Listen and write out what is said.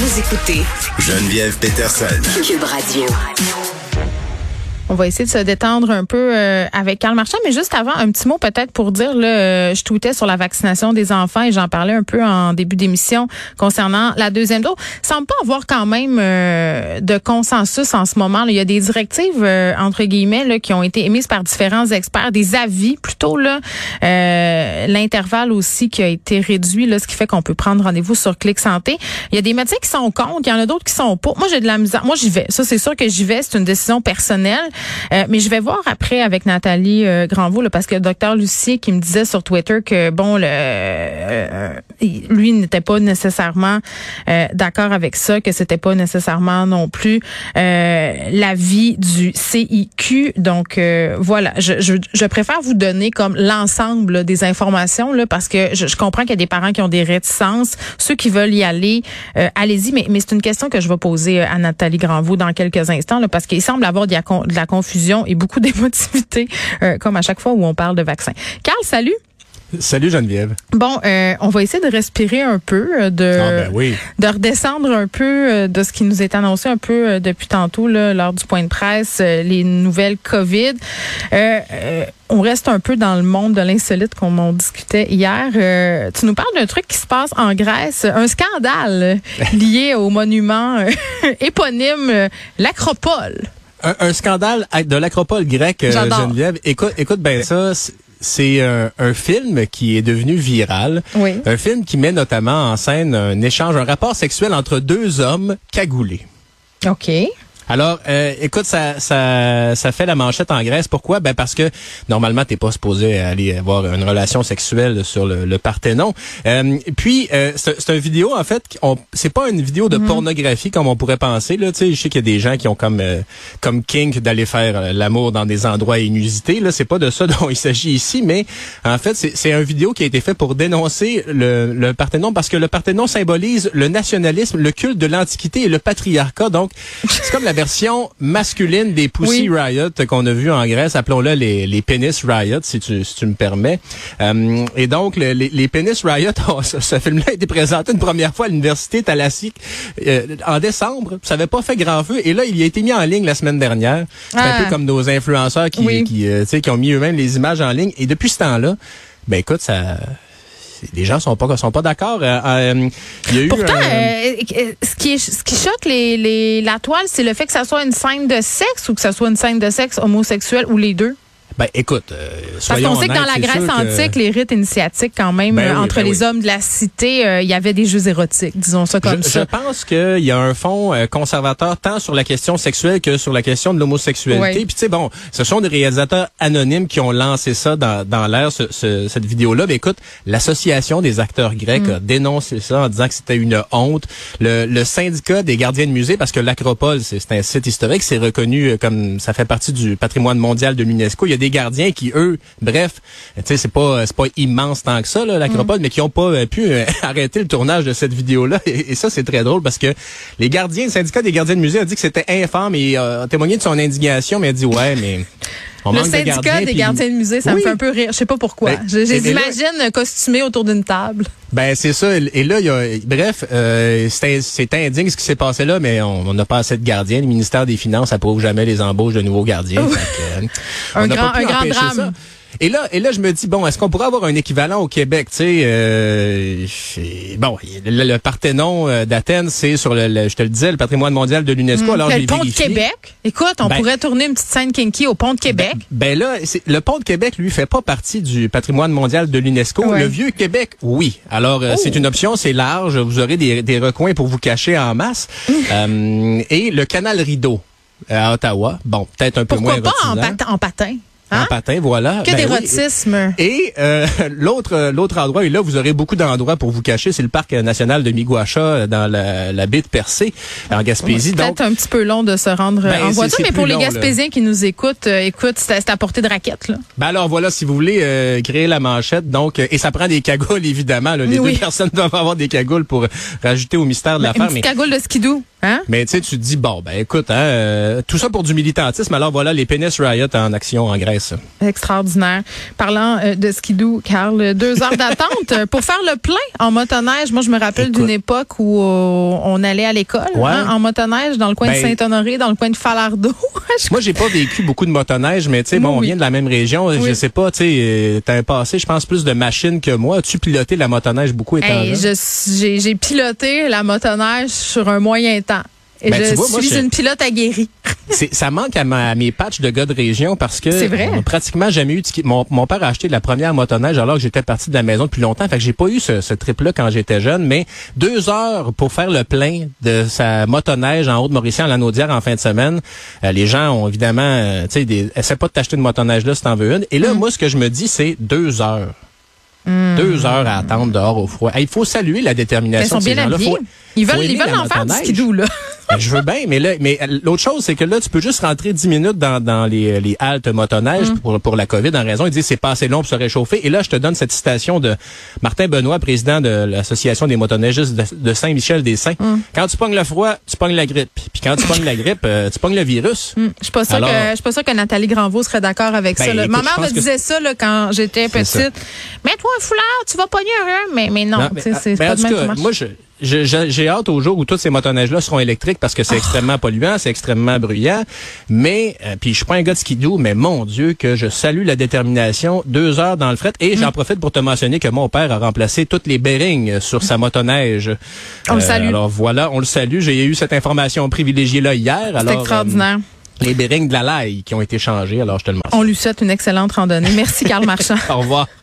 Vous écoutez Geneviève Peterson. Cube Radio. On va essayer de se détendre un peu avec Karl Marchand, mais juste avant, un petit mot peut-être pour dire, là, je tweetais sur la vaccination des enfants et j'en parlais un peu en début d'émission concernant la deuxième dose. Semble pas avoir quand même de consensus en ce moment. Là. Il y a des directives, entre guillemets, là, qui ont été émises par différents experts, des avis plutôt, là, l'intervalle aussi qui a été réduit, là, ce qui fait qu'on peut prendre rendez-vous sur Clic Santé. Il y a des médecins qui sont contre, il y en a d'autres qui sont pas. Moi, j'ai de la misère. Moi, j'y vais. Ça, c'est sûr que j'y vais. C'est une décision personnelle. Mais je vais voir après avec Nathalie Granvaux, là, parce que le docteur Lucier qui me disait sur Twitter que bon, lui n'était pas nécessairement d'accord avec ça, que c'était pas nécessairement non plus l'avis du CIQ. Donc voilà, je préfère vous donner comme l'ensemble des informations là, parce que je comprends qu'il y a des parents qui ont des réticences. Ceux qui veulent y aller, allez-y. Mais c'est une question que je vais poser à Nathalie Granvaux dans quelques instants, là, parce qu'il semble avoir de la confusion et beaucoup d'émotivité, comme à chaque fois où on parle de vaccin. Karl, salut. Salut Geneviève. Bon, on va essayer de respirer un peu, de redescendre un peu de ce qui nous est annoncé un peu depuis tantôt là, lors du point de presse, les nouvelles COVID. On reste un peu dans le monde de l'insolite comme on discutait hier. Tu nous parles d'un truc qui se passe en Grèce, un scandale lié au monument éponyme, l'Acropole. Un scandale de l'Acropole grecque, Geneviève. Écoute ben ça, c'est un film qui est devenu viral. Oui. Un film qui met notamment en scène un rapport sexuel entre deux hommes cagoulés. OK. Alors, écoute, ça fait la manchette en Grèce. Pourquoi? Ben parce que normalement, t'es pas supposé aller avoir une relation sexuelle sur le Parthénon. Puis, c'est une vidéo en fait. C'est pas une vidéo de pornographie comme on pourrait penser. Là, tu sais, je sais qu'il y a des gens qui ont comme kink d'aller faire l'amour dans des endroits inusités. Là, c'est pas de ça dont il s'agit ici, mais en fait, c'est une vidéo qui a été faite pour dénoncer le Parthénon parce que le Parthénon symbolise le nationalisme, le culte de l'Antiquité et le patriarcat. Donc, c'est comme la version masculine des Pussy Riot qu'on a vu en Grèce, appelons-le les Penis Riot, si tu me permets. Et donc, les Penis Riot, ce film-là a été présenté une première fois à l'Université Thalassique en décembre. Ça n'avait pas fait grand feu. Et là, il a été mis en ligne la semaine dernière. C'est un peu comme nos influenceurs qui ont mis eux-mêmes les images en ligne. Et depuis ce temps-là, ben écoute, les gens sont pas d'accord. Il y a eu pourtant, ce qui choque la toile, c'est le fait que ça soit une scène de sexe ou que ça soit une scène de sexe homosexuel ou les deux. Ben écoute, parce qu'on sait que dans la Grèce antique, les rites initiatiques quand même, entre les hommes de la cité, il y avait des jeux érotiques, disons ça comme ça. Je pense qu'il y a un fond conservateur tant sur la question sexuelle que sur la question de l'homosexualité. Puis tu sais, bon, ce sont des réalisateurs anonymes qui ont lancé ça dans l'air, cette vidéo-là. Mais écoute, l'association des acteurs grecs a dénoncé ça en disant que c'était une honte. Le syndicat des gardiens de musée, parce que l'Acropole, c'est un site historique, c'est reconnu comme ça fait partie du patrimoine mondial de l'UNESCO. Il y a des gardiens qui, eux, bref, tu sais, c'est pas immense tant que ça, là, l'Acropole, mais qui ont pas pu arrêter le tournage de cette vidéo-là. Et ça, c'est très drôle parce que le syndicat des gardiens de musée a dit que c'était infâme et a témoigné de son indignation, mais a dit, ouais, mais... Le syndicat des gardiens de musée, ça me fait un peu rire. Je sais pas pourquoi. Je les imagine costumés autour d'une table. Ben c'est ça. Et là, c'est indigne ce qui s'est passé là, mais on n'a pas assez de gardiens. Le ministère des Finances approuve jamais les embauches de nouveaux gardiens. Un grand drame. Ça. Et là, je me dis, bon, est-ce qu'on pourrait avoir un équivalent au Québec? Tu sais, bon, le Parthénon d'Athènes, c'est sur je te le disais, le patrimoine mondial de l'UNESCO. Alors, le pont de Québec. Écoute, on pourrait tourner une petite scène kinky au pont de Québec. Ben là, le pont de Québec, lui, fait pas partie du patrimoine mondial de l'UNESCO. Ouais. Le vieux Québec, oui. Alors, c'est une option, c'est large. Vous aurez des recoins pour vous cacher en masse. Et le canal Rideau à Ottawa, bon, peut-être un peu moins retisant. Pourquoi pas en patin? En patin, voilà. Que d'érotisme. Et l'autre endroit, et là, vous aurez beaucoup d'endroits pour vous cacher, c'est le parc national de Miguacha dans la baie de Percé, en Gaspésie. C'est peut-être un petit peu long de se rendre en voiture, mais pour les Gaspésiens qui nous écoutent, c'est à portée de raquette. Là. Ben alors voilà, si vous voulez créer la manchette, donc et ça prend des cagoules, évidemment. Là, les deux personnes doivent avoir des cagoules pour rajouter au mystère de l'affaire. Une petite cagoule de skidoo. Hein? Mais tu sais, tu te dis, bon, ben écoute, tout ça pour du militantisme. Alors voilà, les Penis Riot en action en Grèce. Extraordinaire. Parlant de skidoo, Carl, 2 heures d'attente pour faire le plein en motoneige. Moi, je me rappelle d'une époque où on allait à l'école en motoneige dans le coin de Saint-Honoré, dans le coin de Falardeau. Moi, j'ai pas vécu beaucoup de motoneige, mais tu sais, on vient de la même région. Oui. Je sais pas, tu sais, t'as un passé, je pense, plus de machines que moi. As-tu piloté la motoneige beaucoup étant jeune? J'ai piloté la motoneige sur un moyen temps. Et je suis une pilote aguerrie. Ça manque à mes patchs de gars de région parce que on a pratiquement jamais eu de ski. Mon père a acheté la première motoneige alors que j'étais parti de la maison depuis longtemps. Fait que j'ai pas eu ce trip-là quand j'étais jeune, mais 2 heures pour faire le plein de sa motoneige en Haute-Mauricie, en Lanaudière en fin de semaine. Les gens ont évidemment, essaie pas de t'acheter une motoneige là si t'en veux une. Et là, moi, ce que je me dis, c'est 2 heures. 2 heures à attendre dehors au froid. Il faut saluer la détermination de ces gens-là. Ils veulent en faire du skidoo, là. Je veux bien, mais l'autre chose, c'est que là, tu peux juste rentrer 10 minutes dans les haltes motoneige pour la COVID en raison. Ils disent c'est pas assez long pour se réchauffer. Et là, je te donne cette citation de Martin Benoît, président de l'Association des motoneigistes de Saint-Michel-des-Saints. Quand tu pognes le froid, tu pognes la grippe. Puis quand tu pognes la grippe, tu pognes le virus. Je suis pas sûre que Nathalie Granvaux serait d'accord avec ça. Là. Ma mère me disait ça là, quand j'étais petite. Mets-toi un foulard, tu vas pogner un. Mais non, c'est pas de même que marche. Moi, j'ai hâte au jour où toutes ces motoneiges-là seront électriques parce que c'est extrêmement polluant, c'est extrêmement bruyant. Mais, puis je suis pas un gars de skidoo, mais mon Dieu, que je salue la détermination. 2 heures dans le fret. Et j'en profite pour te mentionner que mon père a remplacé toutes les bearings sur sa motoneige. On le salue. Alors voilà, on le salue. J'ai eu cette information privilégiée-là hier. C'est extraordinaire. Les bearings de la Laille qui ont été changés, alors je te le mentionne. On lui souhaite une excellente randonnée. Merci, Carl Marchand. Au revoir.